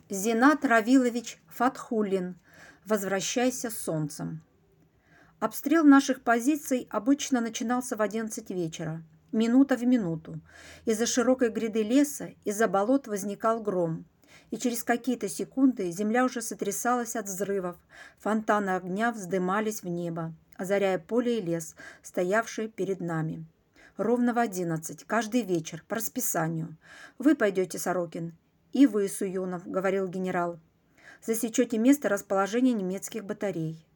Зинат Равилович Фатхуллин. Возвращайся с солнцем. Обстрел наших позиций обычно начинался в 11 вечера, минута в минуту. Из-за широкой гряды леса, из-за болот возникал гром. И через какие-то секунды земля уже сотрясалась от взрывов, фонтаны огня вздымались в небо, озаряя поле и лес, стоявшие перед нами. Ровно в 11, каждый вечер, по расписанию. Вы пойдете, Сорокин, и вы, Суюнов, говорил генерал. Засечете место расположения немецких батарей.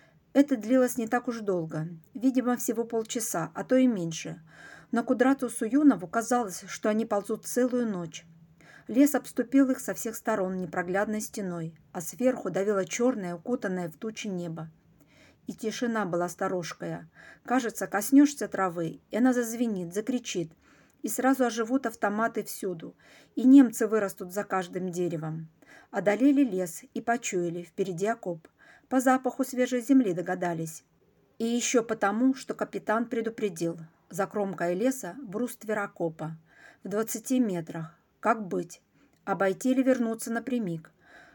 Это длилось не так уж долго, видимо, всего полчаса, а то и меньше. Но Кудрату Суюнову казалось, что они ползут целую ночь. Лес обступил их со всех сторон непроглядной стеной, а сверху давило черное, укутанное в тучи небо. И тишина была сторожкая. Кажется, коснешься травы, и она зазвенит, закричит, и сразу оживут автоматы всюду, и немцы вырастут за каждым деревом. Одолели лес и почуяли, впереди окоп. По запаху свежей земли догадались. И еще потому, что капитан предупредил. За кромкой леса бруствер окопа. В 20 метрах. Как быть? Обойти или вернуться напрямик?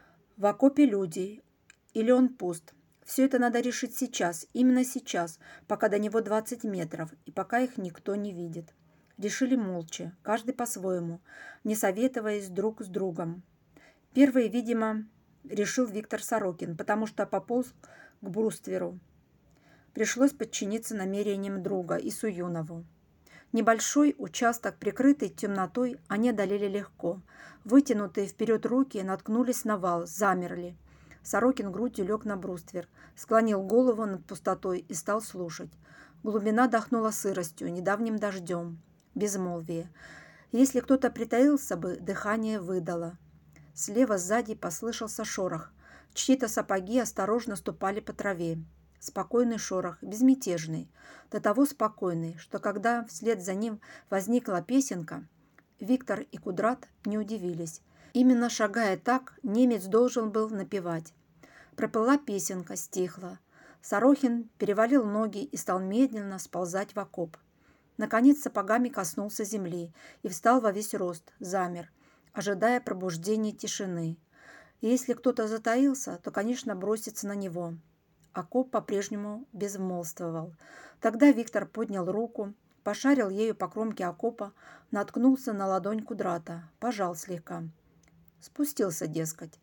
В окопе люди. Или он пуст? Все это надо решить сейчас, именно сейчас, пока до него 20 метров, и пока их никто не видит. Решили молча, каждый по-своему, не советуясь друг с другом. Первый, видимо, решил Виктор Сорокин, потому что пополз к брустверу. Пришлось подчиниться намерениям друга и Суюнову. Небольшой участок, прикрытый темнотой, они одолели легко. Вытянутые вперед руки наткнулись на вал, замерли. Сорокин грудью лег на бруствер, склонил голову над пустотой и стал слушать. Глубина дохнула сыростью, недавним дождем. Безмолвие. Если кто-то притаился бы, дыхание выдало. Слева сзади послышался шорох. Чьи-то сапоги осторожно ступали по траве. Спокойный шорох, безмятежный. До того спокойный, что когда вслед за ним возникла песенка, Виктор и Кудрат не удивились. Именно шагая так, немец должен был напевать. Проплыла песенка, стихла. Сорохин перевалил ноги и стал медленно сползать в окоп. Наконец сапогами коснулся земли и встал во весь рост, замер, ожидая пробуждения тишины. И если кто-то затаился, то, конечно, бросится на него. Окоп по-прежнему безмолвствовал. Тогда Виктор поднял руку, пошарил ею по кромке окопа, наткнулся на ладонь Кудрата, пожал слегка. Спустился, дескать.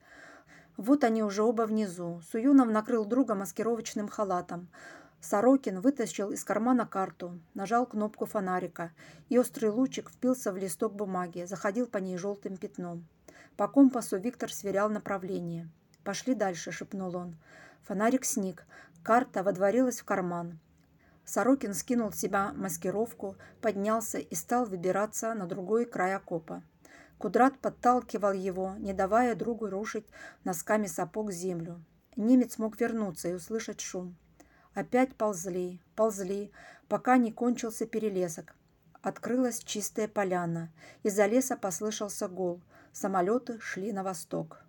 Вот они уже оба внизу. Суюнов накрыл друга маскировочным халатом. Сорокин вытащил из кармана карту, нажал кнопку фонарика, и острый лучик впился в листок бумаги, заходил по ней желтым пятном. По компасу Виктор сверял направление. «Пошли дальше», — шепнул он. Фонарик сник, карта водворилась в карман. Сорокин скинул с себя маскировку, поднялся и стал выбираться на другой край окопа. Кудрат подталкивал его, не давая другу рушить носками сапог землю. Немец мог вернуться и услышать шум. Опять ползли, ползли, пока не кончился перелесок. Открылась чистая поляна. Из-за леса послышался гул. Самолеты шли на восток.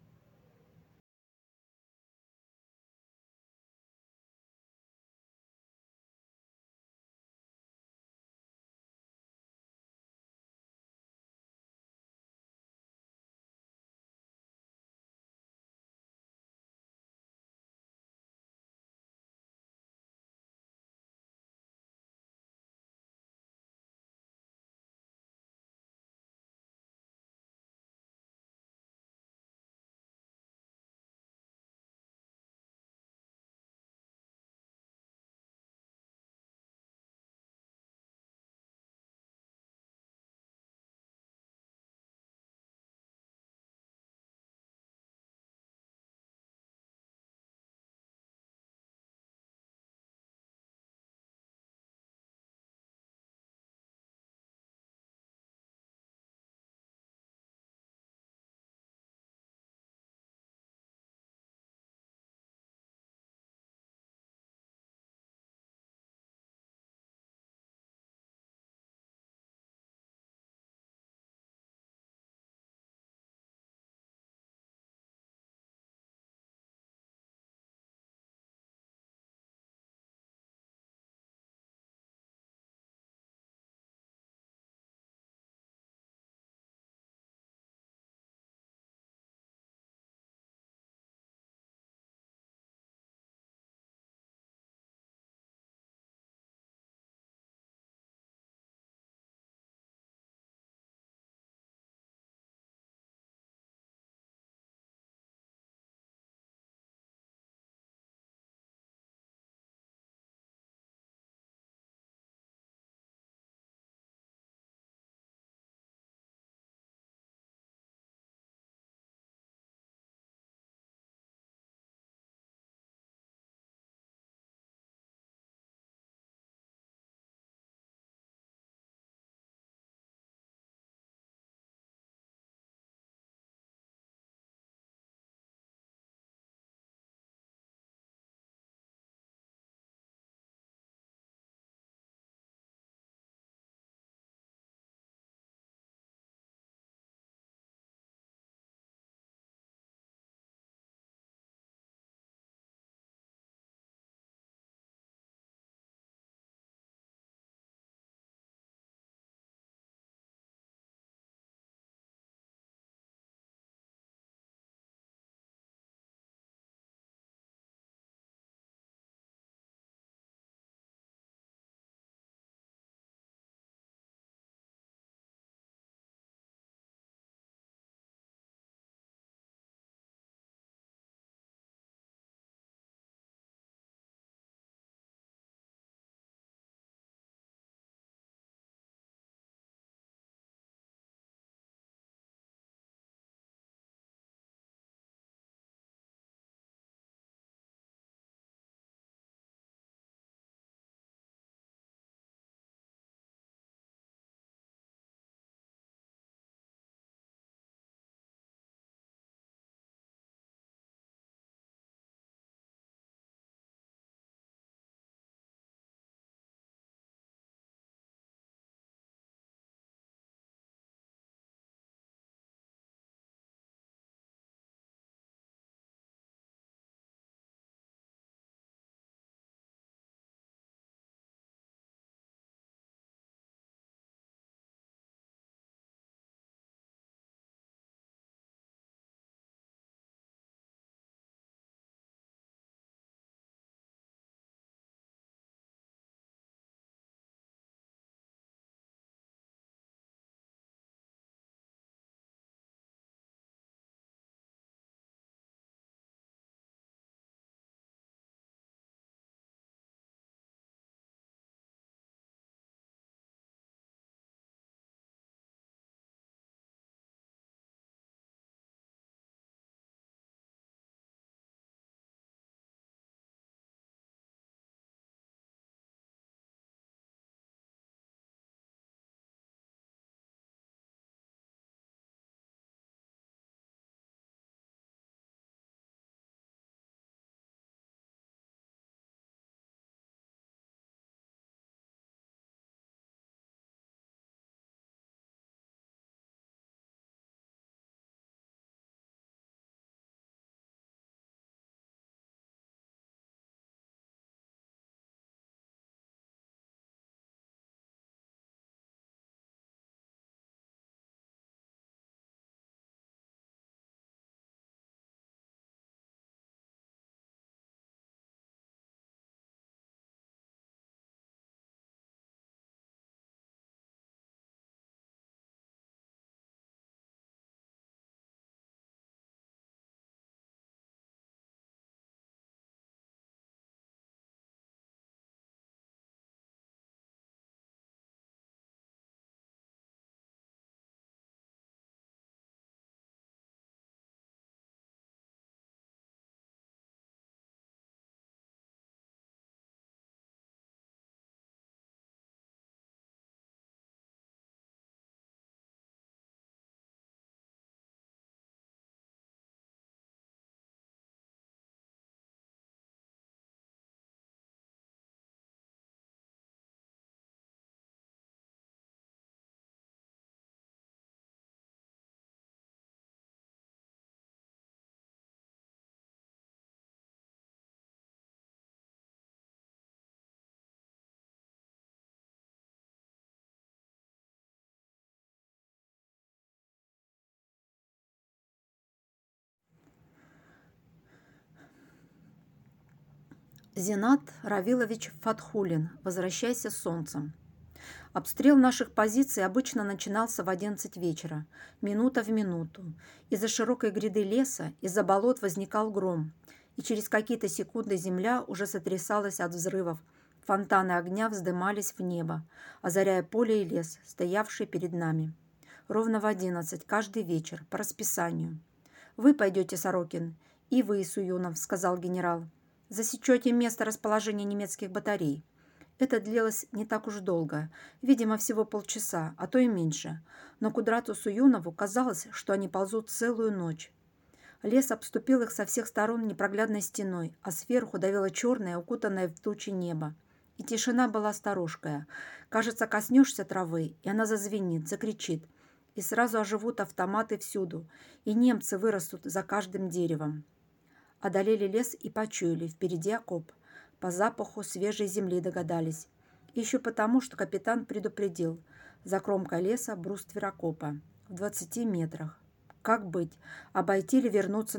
Зинат Равилович Фатхуллин. Возвращайся с солнцем. Обстрел наших позиций обычно начинался в 11 вечера, минута в минуту. Из-за широкой гряды леса, из-за болот возникал гром, и через какие-то секунды земля уже сотрясалась от взрывов. Фонтаны огня вздымались в небо, озаряя поле и лес, стоявшие перед нами. Ровно в 11 каждый вечер, по расписанию. «Вы пойдете, Сорокин, и вы, Суюнов», — сказал генерал. «Засечете место расположения немецких батарей». Это длилось не так уж долго, видимо, всего полчаса, а то и меньше. Но Кудрату Суюнову казалось, что они ползут целую ночь. Лес обступил их со всех сторон непроглядной стеной, а сверху давило черное, укутанное в тучи небо. И тишина была сторожкая. Кажется, коснешься травы, и она зазвенит, закричит. И сразу оживут автоматы всюду, и немцы вырастут за каждым деревом. Одолели лес и почуяли, впереди окоп. По запаху свежей земли догадались. Еще потому, что капитан предупредил. За кромкой леса бруствер окопа. В 20 метрах. Как быть? Обойти или вернуться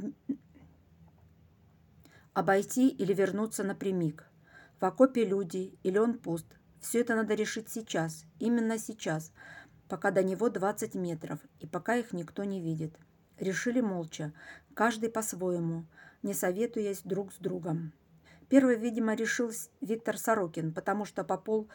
напрямик? В окопе люди, или он пуст? Все это надо решить сейчас, именно сейчас, пока до него 20 метров, и пока их никто не видит. Решили молча, каждый по-своему, не советуясь друг с другом. Первый, видимо, решил Виктор Сорокин, потому что пополз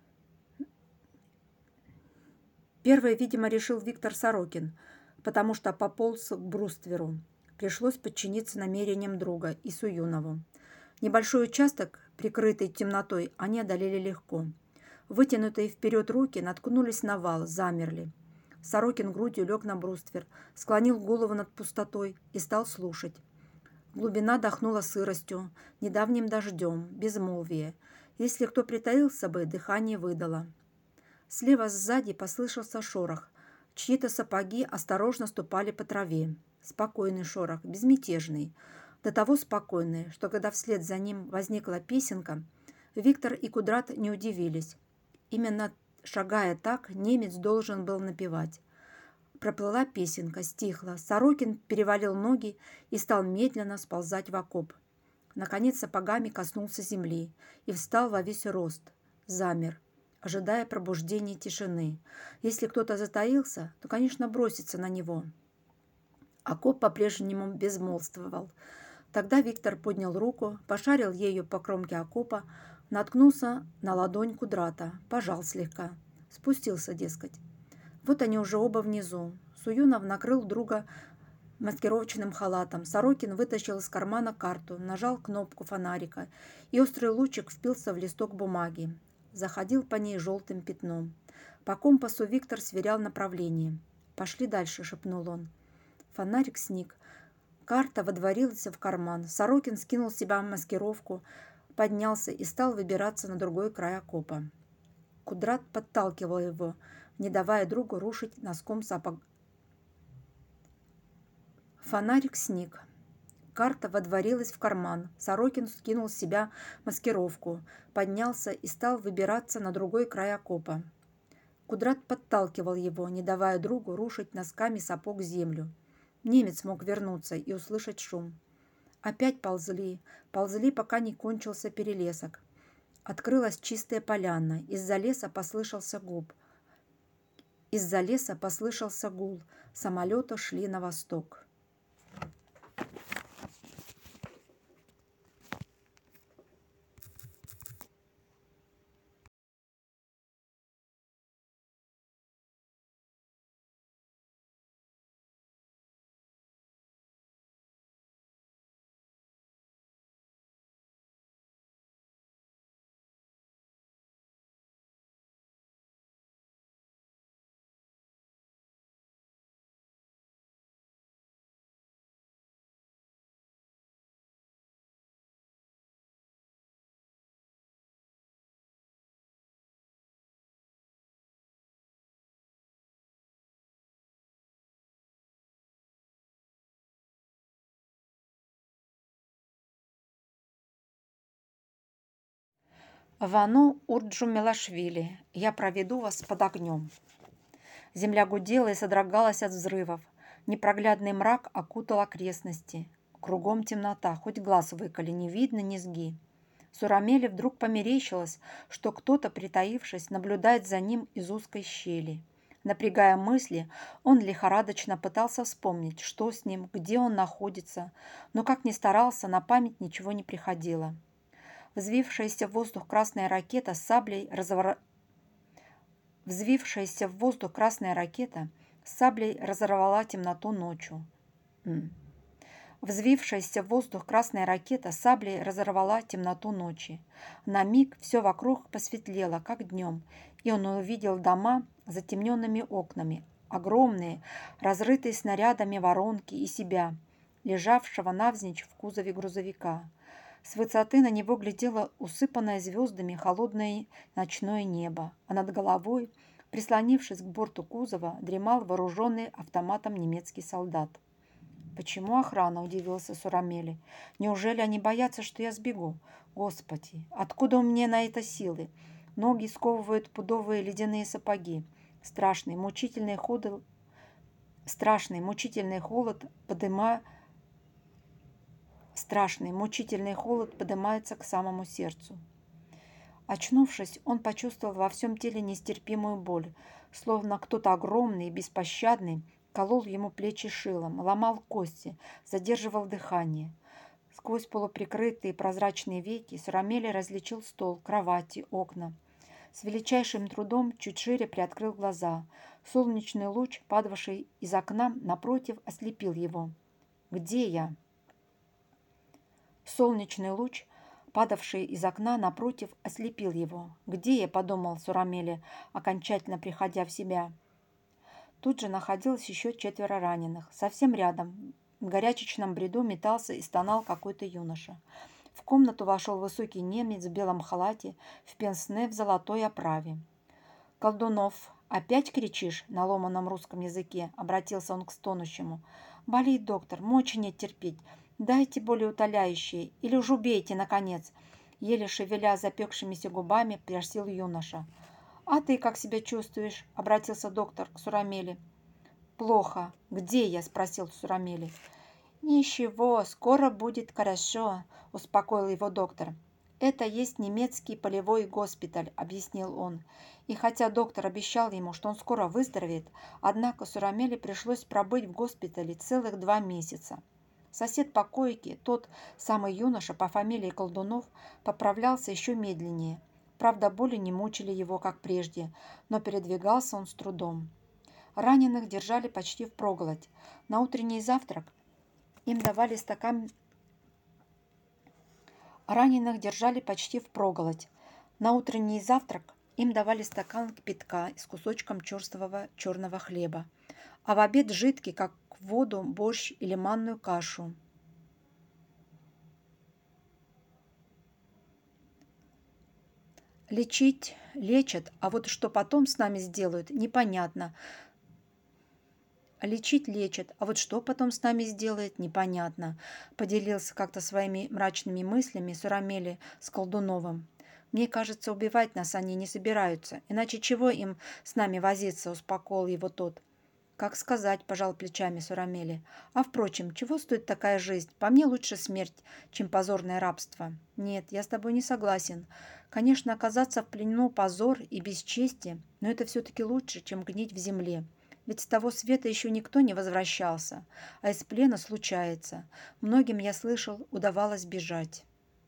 к брустверу. Пришлось подчиниться намерениям друга и Суюнову. Небольшой участок, прикрытый темнотой, они одолели легко. Вытянутые вперед руки наткнулись на вал, замерли. Сорокин грудью лег на бруствер, склонил голову над пустотой и стал слушать. Глубина дохнула сыростью, недавним дождем, безмолвие. Если кто притаился бы, дыхание выдало. Слева сзади послышался шорох. Чьи-то сапоги осторожно ступали по траве. Спокойный шорох, безмятежный. До того спокойный, что когда вслед за ним возникла песенка, Виктор и Кудрат не удивились. Именно шагая так, немец должен был напевать. Проплыла песенка, стихла. Сорокин перевалил ноги и стал медленно сползать в окоп. Наконец сапогами коснулся земли и встал во весь рост. Замер, ожидая пробуждения тишины. Если кто-то затаился, то, конечно, бросится на него. Окоп по-прежнему безмолвствовал. Тогда Виктор поднял руку, пошарил ею по кромке окопа, наткнулся на ладонь Кудрата, пожал слегка. Спустился, дескать. Вот они уже оба внизу. Суюнов накрыл друга маскировочным халатом. Сорокин вытащил из кармана карту, нажал кнопку фонарика, и острый лучик впился в листок бумаги. Заходил по ней желтым пятном. По компасу Виктор сверял направление. «Пошли дальше», — шепнул он. Фонарик сник. Карта водворилась в карман. Сорокин скинул с себя маскировку, поднялся и стал выбираться на другой край окопа. Кудрат подталкивал его, не давая другу рушить носком сапог. Фонарик сник. Карта водворилась в карман. Сорокин скинул с себя маскировку, поднялся и стал выбираться на другой край окопа. Кудрат подталкивал его, не давая другу рушить носками сапог землю. Немец мог вернуться и услышать шум. Опять ползли, пока не кончился перелесок. Открылась чистая поляна. Из-за леса послышался гул. Самолеты шли на восток. Вано Урджумелашвили, я проведу вас под огнем. Земля гудела и содрогалась от взрывов. Непроглядный мрак окутал окрестности. Кругом темнота, хоть глаз выколи, не видно низги. Сурамеле вдруг померещилось, что кто-то, притаившись, наблюдает за ним из узкой щели. Напрягая мысли, он лихорадочно пытался вспомнить, что с ним, где он находится, но как ни старался, на память ничего не приходило. Взвившаяся в воздух красная ракета с саблей разорвала темноту ночью. Взвившаяся в воздух красная ракета саблей разорвала темноту ночи. На миг все вокруг посветлело, как днем, и он увидел дома с затемненными окнами, огромные, разрытые снарядами воронки и себя, лежавшего навзничь в кузове грузовика. С высоты на него глядело усыпанное звездами холодное ночное небо, а над головой, прислонившись к борту кузова, дремал вооруженный автоматом немецкий солдат. «Почему охрана?» – удивился Сурамеле. «Неужели они боятся, что я сбегу? Господи, откуда у меня на это силы? Ноги сковывают пудовые ледяные сапоги. Страшный, мучительный холод поднимается к самому сердцу». Очнувшись, он почувствовал во всем теле нестерпимую боль, словно кто-то огромный и беспощадный колол ему плечи шилом, ломал кости, задерживал дыхание. Сквозь полуприкрытые прозрачные веки Сурамеле различил стол, кровати, окна. С величайшим трудом чуть шире приоткрыл глаза. Солнечный луч, падавший из окна напротив, ослепил его. «Где я?» Солнечный луч, падавший из окна напротив, ослепил его. «Где я?» – подумал Сурамеле, окончательно приходя в себя. Тут же находилось еще 4 раненых. Совсем рядом, в горячечном бреду, метался и стонал какой-то юноша. В комнату вошел высокий немец в белом халате, в пенсне в золотой оправе. «Колдунов, опять кричишь?» на ломаном русском языке, обратился он к стонущему. «Болит, доктор, мочи нет терпеть. Дайте болеутоляющие или уж убейте, наконец!» Еле шевеля запекшимися губами, просил юноша. «А ты как себя чувствуешь?» – обратился доктор к Сурамеле. «Плохо. Где я?» – спросил Сурамеле. «Ничего, скоро будет хорошо», – успокоил его доктор. «Это есть немецкий полевой госпиталь», – объяснил он. И хотя доктор обещал ему, что он скоро выздоровеет, однако Сурамеле пришлось пробыть в госпитале целых 2 месяца. Сосед по койке, тот самый юноша по фамилии Колдунов, поправлялся еще медленнее. Правда, боли не мучили его, как прежде, но передвигался он с трудом. Раненых держали почти впроголодь. На утренний завтрак им давали стакан кипятка с кусочком черствого черного хлеба, а в обед жидкий, как воду, борщ или манную кашу. Лечат, а вот что потом с нами сделают, непонятно. Поделился как-то своими мрачными мыслями Сурамеле с Колдуновым. «Мне кажется, убивать нас они не собираются, иначе чего им с нами возиться?» – успокоил его тот. «Как сказать», – пожал плечами Сурамеле. «А впрочем, чего стоит такая жизнь? По мне лучше смерть, чем позорное рабство». «Нет, я с тобой не согласен. Конечно, оказаться в плену позор и бесчестие, но это все-таки лучше, чем гнить в земле. Ведь с того света еще никто не возвращался, а из плена случается. Многим, я слышал, удавалось бежать».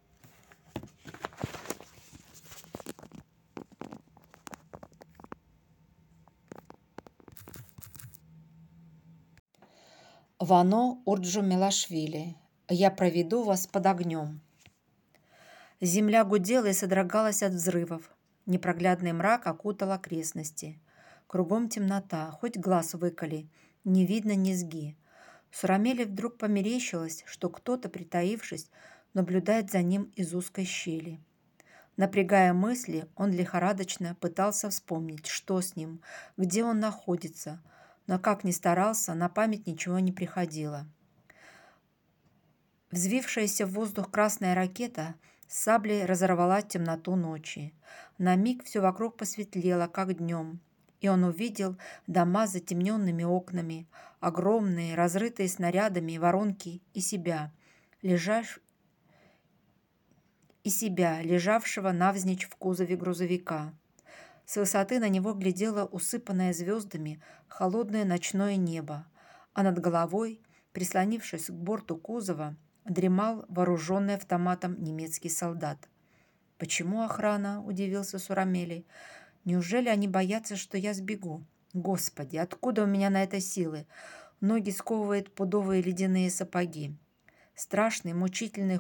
Вано Урджумелашвили. «Я проведу вас под огнем». Земля гудела и содрогалась от взрывов. Непроглядный мрак окутал окрестности. Кругом темнота, хоть глаз выколи, не видно низги. Сурамеле вдруг померещилось, что кто-то, притаившись, наблюдает за ним из узкой щели. Напрягая мысли, он лихорадочно пытался вспомнить, что с ним, где он находится, но как ни старался, на память ничего не приходило. Взвившаяся в воздух красная ракета с саблей разорвала темноту ночи. На миг все вокруг посветлело, как днем, и он увидел дома с затемненными окнами, огромные, разрытые снарядами воронки и себя, и себя, лежавшего навзничь в кузове грузовика. С высоты на него глядело усыпанное звездами холодное ночное небо, а над головой, прислонившись к борту кузова, дремал вооруженный автоматом немецкий солдат. «Почему охрана?» – удивился Сурамели. «Неужели они боятся, что я сбегу? Господи, откуда у меня на это силы? Ноги сковывают пудовые ледяные сапоги. Страшный мучительный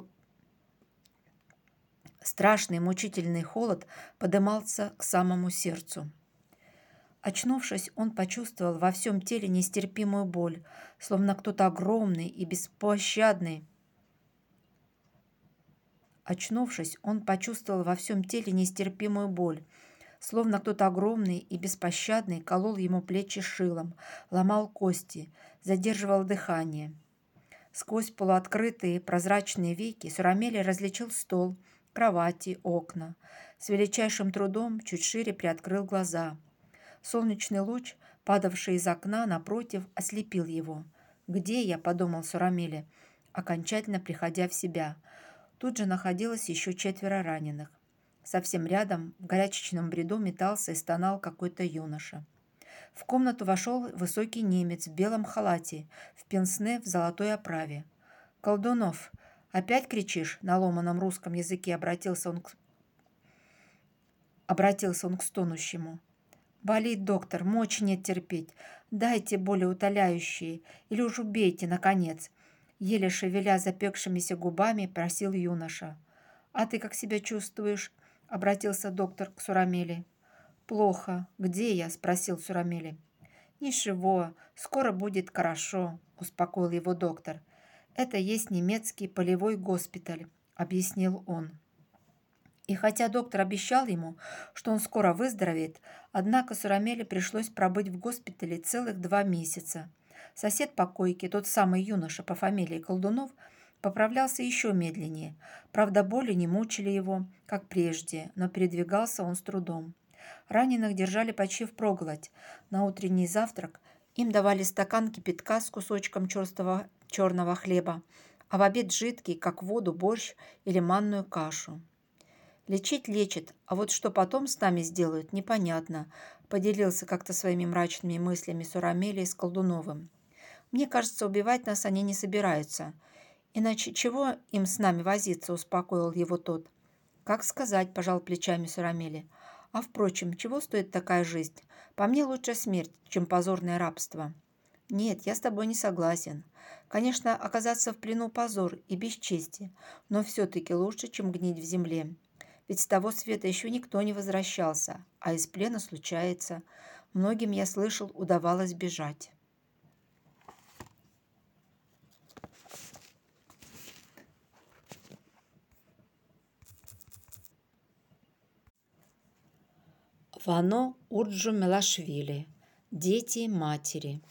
холод подымался к самому сердцу. Очнувшись, он почувствовал во всем теле нестерпимую боль, словно кто-то огромный и беспощадный. Очнувшись, он почувствовал во всем теле нестерпимую боль, словно кто-то огромный и беспощадный колол ему плечи шилом, ломал кости, задерживал дыхание. Сквозь полуоткрытые прозрачные веки Сурамели различил стол, кровати, окна. С величайшим трудом чуть шире приоткрыл глаза. Солнечный луч, падавший из окна напротив, ослепил его. «Где я?» – подумал Сурамели, окончательно приходя в себя. Тут же находилось еще 4 раненых. Совсем рядом в горячечном бреду метался и стонал какой-то юноша. В комнату вошел высокий немец в белом халате, в пенсне в золотой оправе. «Колдунов, опять кричишь?» – на ломаном русском языке обратился он к стонущему. «Болит, доктор, мочи нет терпеть. Дайте болеутоляющие или уж убейте, наконец!» Еле шевеля запекшимися губами, просил юноша. «А ты как себя чувствуешь?» – обратился доктор к Сурамели. «Плохо. Где я?» – спросил Сурамели. «Ничего, скоро будет хорошо», – успокоил его доктор. «Это есть немецкий полевой госпиталь», – объяснил он. И хотя доктор обещал ему, что он скоро выздоровеет, однако Сурамели пришлось пробыть в госпитале целых 2 месяца. Сосед по койке, тот самый юноша по фамилии Колдунов, поправлялся еще медленнее. Правда, боли не мучили его, как прежде, но передвигался он с трудом. Раненых держали почти впроголодь. На утренний завтрак им давали стакан кипятка с кусочком черного хлеба, а в обед жидкий, как воду, борщ или манную кашу. «Лечить лечит, а вот что потом с нами сделают, непонятно», поделился как-то своими мрачными мыслями Сурамели с Колдуновым. «Мне кажется, убивать нас они не собираются. Иначе чего им с нами возиться?» – успокоил его тот. «Как сказать?» – пожал плечами Сурамели. «А впрочем, чего стоит такая жизнь? По мне лучше смерть, чем позорное рабство». «Нет, я с тобой не согласен. Конечно, оказаться в плену позор и бесчестие, но все-таки лучше, чем гнить в земле. Ведь с того света еще никто не возвращался, а из плена случается. Многим, я слышал, удавалось бежать». Вано Урджу-Мелашвили. Дети матери.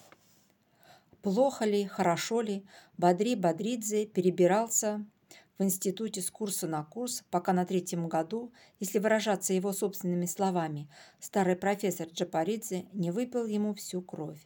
Плохо ли, хорошо ли, Бадри Бадридзе перебирался в институте с курса на курс, пока на 3-м году, если выражаться его собственными словами, старый профессор Джапаридзе не выпил ему всю кровь.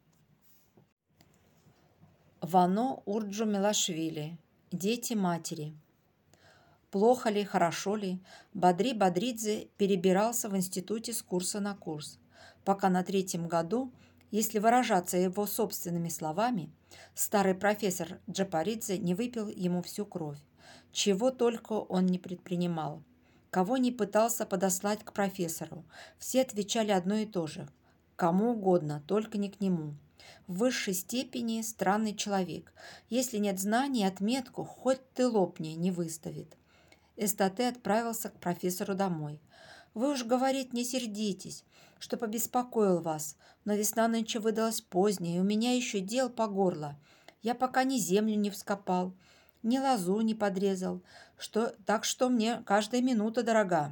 Вано Урджу-Мелашвили. Дети матери. Плохо ли, хорошо ли, Бадри Бадридзе перебирался в институте с курса на курс, пока на 3-м году, если выражаться его собственными словами, старый профессор Джапаридзе не выпил ему всю кровь. Чего только он не предпринимал. Кого не пытался подослать к профессору, все отвечали одно и то же. Кому угодно, только не к нему. В высшей степени странный человек. Если нет знаний, отметку хоть ты лопни не выставит. Эстате отправился к профессору домой. «Вы уж, говорит, не сердитесь, что побеспокоил вас, но весна нынче выдалась поздняя, и у меня еще дел по горло. Я пока ни землю не вскопал, ни лозу не подрезал, так что мне каждая минута дорога.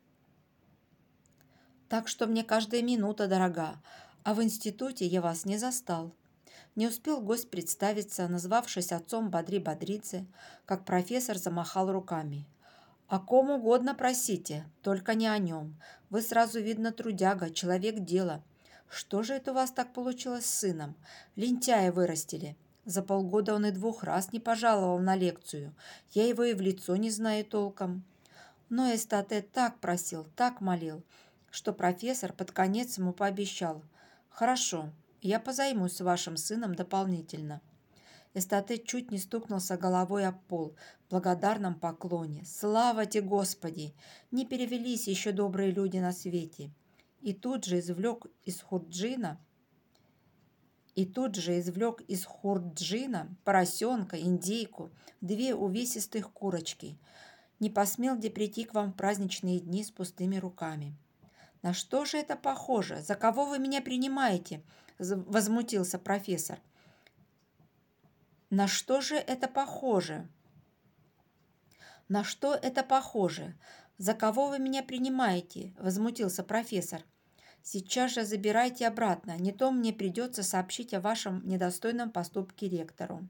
А в институте я вас не застал». Не успел гость представиться, назвавшись отцом Бадри Бадридзе, как профессор замахал руками. «О ком угодно просите, только не о нем. Вы сразу, видно, трудяга, человек дела. Что же это у вас так получилось с сыном? Лентяя вырастили. За полгода он и 2 раз не пожаловал на лекцию. Я его и в лицо не знаю толком. Но Эстате так просил, так молил, что профессор под конец ему пообещал: «Хорошо, я позаймусь с вашим сыном дополнительно». Эстате чуть не стукнулся головой об пол в благодарном поклоне. «Слава тебе, Господи! Не перевелись еще добрые люди на свете!» И тут же извлек из хурджина поросенка, индейку, 2 увесистых курочки. Не посмел де прийти к вам в праздничные дни с пустыми руками. «На что же это похоже? За кого вы меня принимаете?» – возмутился профессор. «На что же это похоже? На что это похоже? За кого вы меня принимаете?» – возмутился профессор. «Сейчас же забирайте обратно, не то мне придется сообщить о вашем недостойном поступке ректору».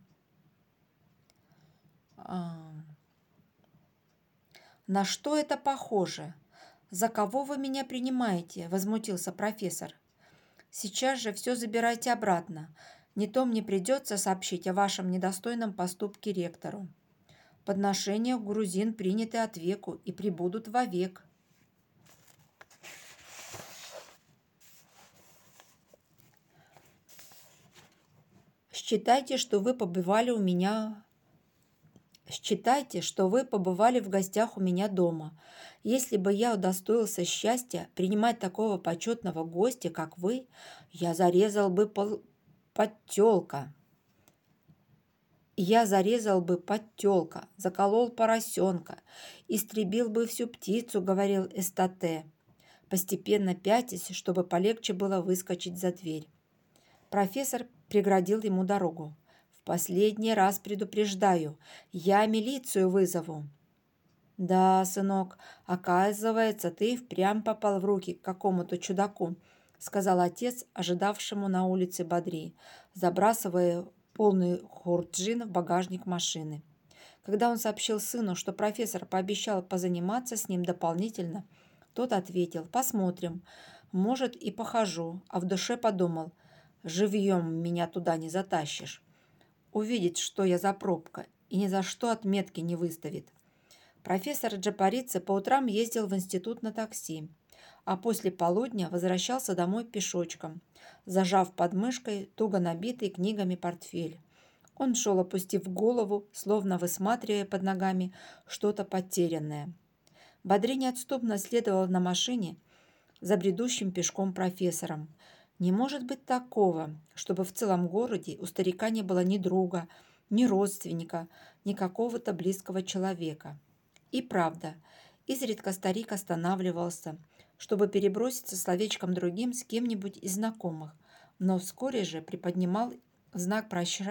«На что это похоже? За кого вы меня принимаете?» – возмутился профессор. «Сейчас же все забирайте обратно, не то мне придется сообщить о вашем недостойном поступке ректору. Подношения у грузин приняты от веку и пребудут вовек». Считайте, что вы побывали в гостях у меня дома. Если бы я удостоился счастья принимать такого почетного гостя, как вы, я зарезал бы подтёлка. Заколол поросенка, истребил бы всю птицу, говорил Эстате, постепенно пятясь, чтобы полегче было выскочить за дверь. Профессор преградил ему дорогу. «В последний раз предупреждаю, я милицию вызову». «Да, сынок, оказывается, ты впрямь попал в руки к какому-то чудаку», сказал отец, ожидавшему на улице Бадри, забрасывая полный хурджин в багажник машины. Когда он сообщил сыну, что профессор пообещал позаниматься с ним дополнительно, тот ответил: «Посмотрим, может, и похожу», а в душе подумал: «Живьем меня туда не затащишь. Увидит, что я за пробка, и ни за что отметки не выставит». Профессор Джапаридзе по утрам ездил в институт на такси, а после полудня возвращался домой пешочком, зажав под мышкой туго набитый книгами портфель. Он шел, опустив голову, словно высматривая под ногами что-то потерянное. Бадри неотступно следовал на машине за бредущим пешком профессором. Не может быть такого, чтобы в целом городе у старика не было ни друга, ни родственника, ни какого-то близкого человека. И правда, изредка старик останавливался, чтобы переброситься словечком другим с кем-нибудь из знакомых, но вскоре же приподнимал в знак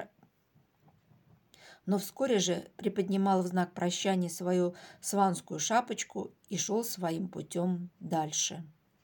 прощания свою сванскую шапочку и шел своим путем дальше.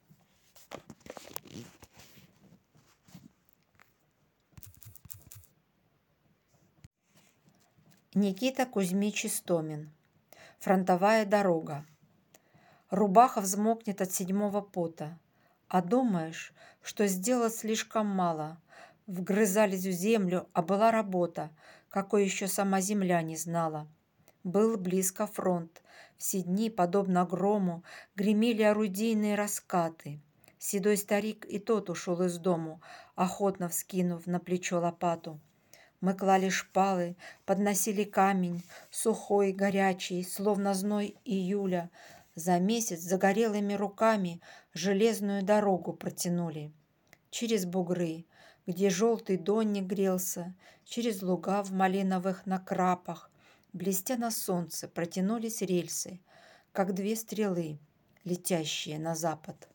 Никита Кузьмич Истомин. Фронтовая дорога. Рубаха взмокнет от 7-го пота, а думаешь, что сделал слишком мало. Вгрызались в землю, а была работа, какой еще сама земля не знала. Был близко фронт. Все дни, подобно грому, гремели орудийные раскаты. Седой старик и тот ушел из дому, охотно вскинув на плечо лопату. Мы клали шпалы, подносили камень, сухой, горячий, словно зной июля. За месяц загорелыми руками железную дорогу протянули. Через бугры, где желтый донник грелся, через луга в малиновых накрапах, блестя на солнце, протянулись рельсы, как 2 стрелы, летящие на запад.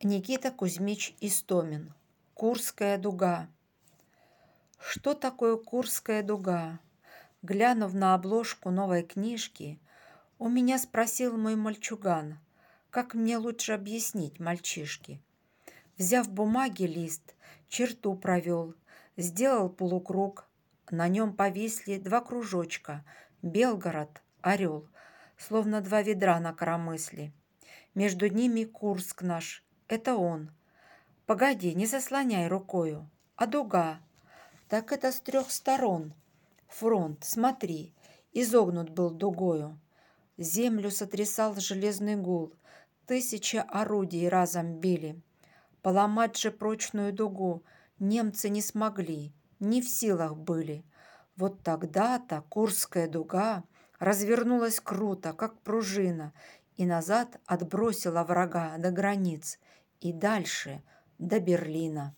Никита Кузьмич Истомин. Курская дуга. Что такое Курская дуга? Глянув на обложку новой книжки, у меня спросил мой мальчуган, как мне лучше объяснить мальчишке. Взяв бумаги лист, черту провел, сделал полукруг, на нем повисли два кружочка, Белгород, орел, словно два ведра на коромысле. Между ними Курск наш, это он. Погоди, не заслоняй рукою, а дуга. Так это с 3 сторон. Фронт, смотри, изогнут был дугою. Землю сотрясал железный гул, 1000 орудий разом били. Поломать же прочную дугу немцы не смогли, не в силах были. Вот тогда-то Курская дуга развернулась круто, как пружина, и назад отбросила врага до границ, и дальше до Берлина.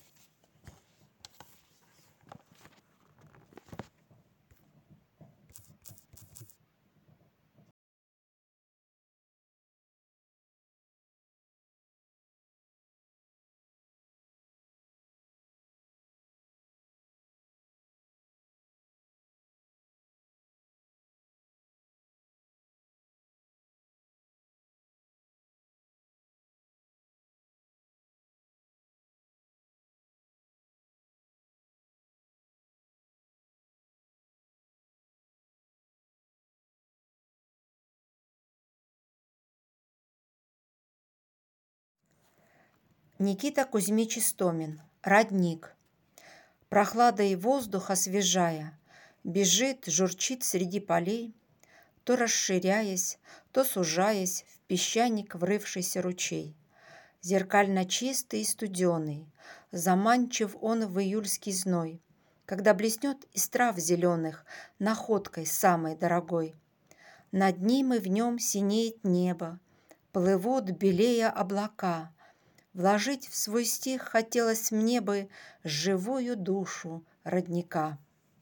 Никита Кузьмич Истомин. Родник. Прохладой воздух освежая, бежит, журчит среди полей, то расширяясь, то сужаясь в песчаник врывшийся ручей. Зеркально чистый и студеный, заманчив он в июльский зной, когда блеснет из трав зеленых находкой самой дорогой. Над ним и в нем синеет небо, плывут белея облака. Вложить в свой стих хотелось мне бы живую душу родника.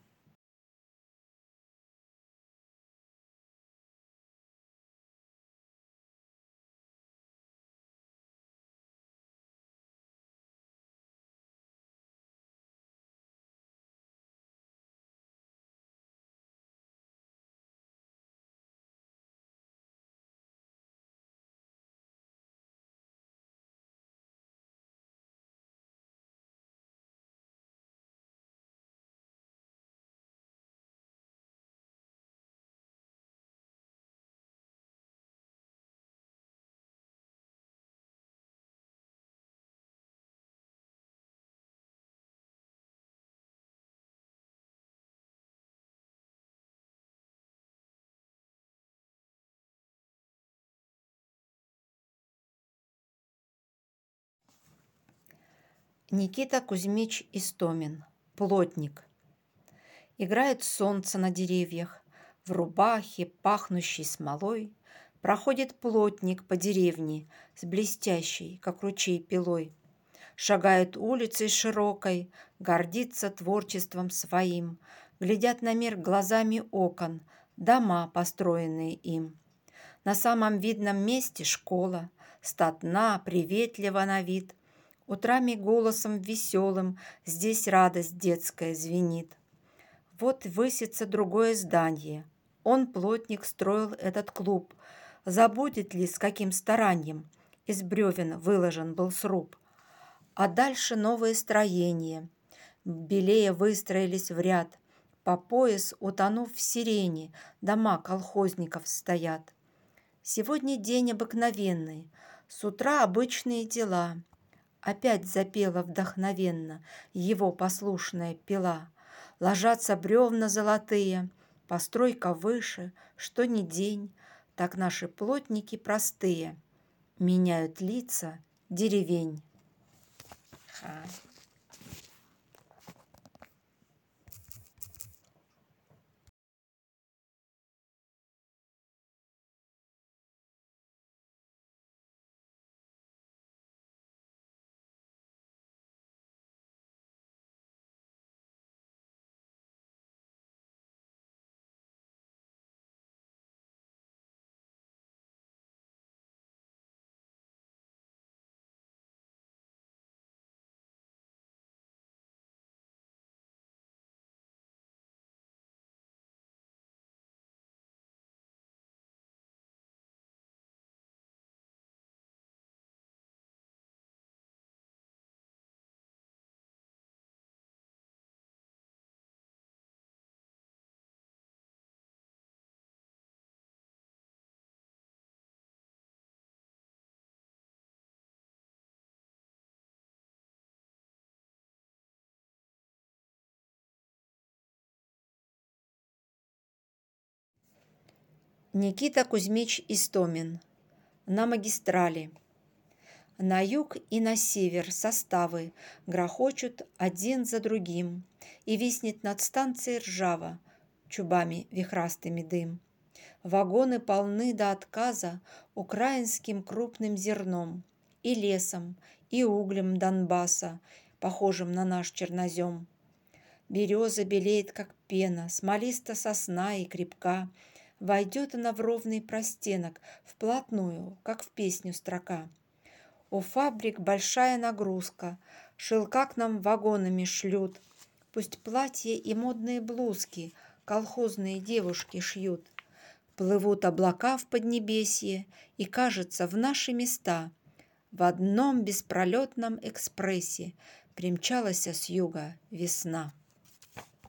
Никита Кузьмич Истомин. Плотник. Играет солнце на деревьях, в рубахе, пахнущей смолой, проходит плотник по деревне с блестящей, как ручей, пилой. Шагает улицей широкой, гордится творчеством своим, глядят на мир глазами окон, дома, построенные им. На самом видном месте школа, статна, приветлива на вид. Утрами голосом веселым здесь радость детская звенит. Вот высится другое здание. Он, плотник, строил этот клуб. Забудет ли, с каким старанием из бревен выложен был сруб? А дальше новые строения. Белее выстроились в ряд. По пояс, утонув в сирени, дома колхозников стоят. Сегодня день обыкновенный, с утра обычные дела. Опять запела вдохновенно его послушная пила. Ложатся бревна золотые, постройка выше, что ни день, так наши плотники простые меняют лица деревень. Никита Кузьмич Истомин. На магистрали. На юг и на север составы грохочут один за другим, и виснет над станцией ржава чубами вихрастыми дым. Вагоны полны до отказа украинским крупным зерном, и лесом, и углем Донбасса, похожим на наш чернозем. Береза белеет, как пена, смолиста сосна и крепка. Войдет она в ровный простенок, вплотную, как в песню строка. У фабрик большая нагрузка, шелка к нам вагонами шлют. Пусть платья и модные блузки колхозные девушки шьют. Плывут облака в поднебесье, и, кажется, в наши места в одном беспролетном экспрессе примчалась с юга весна.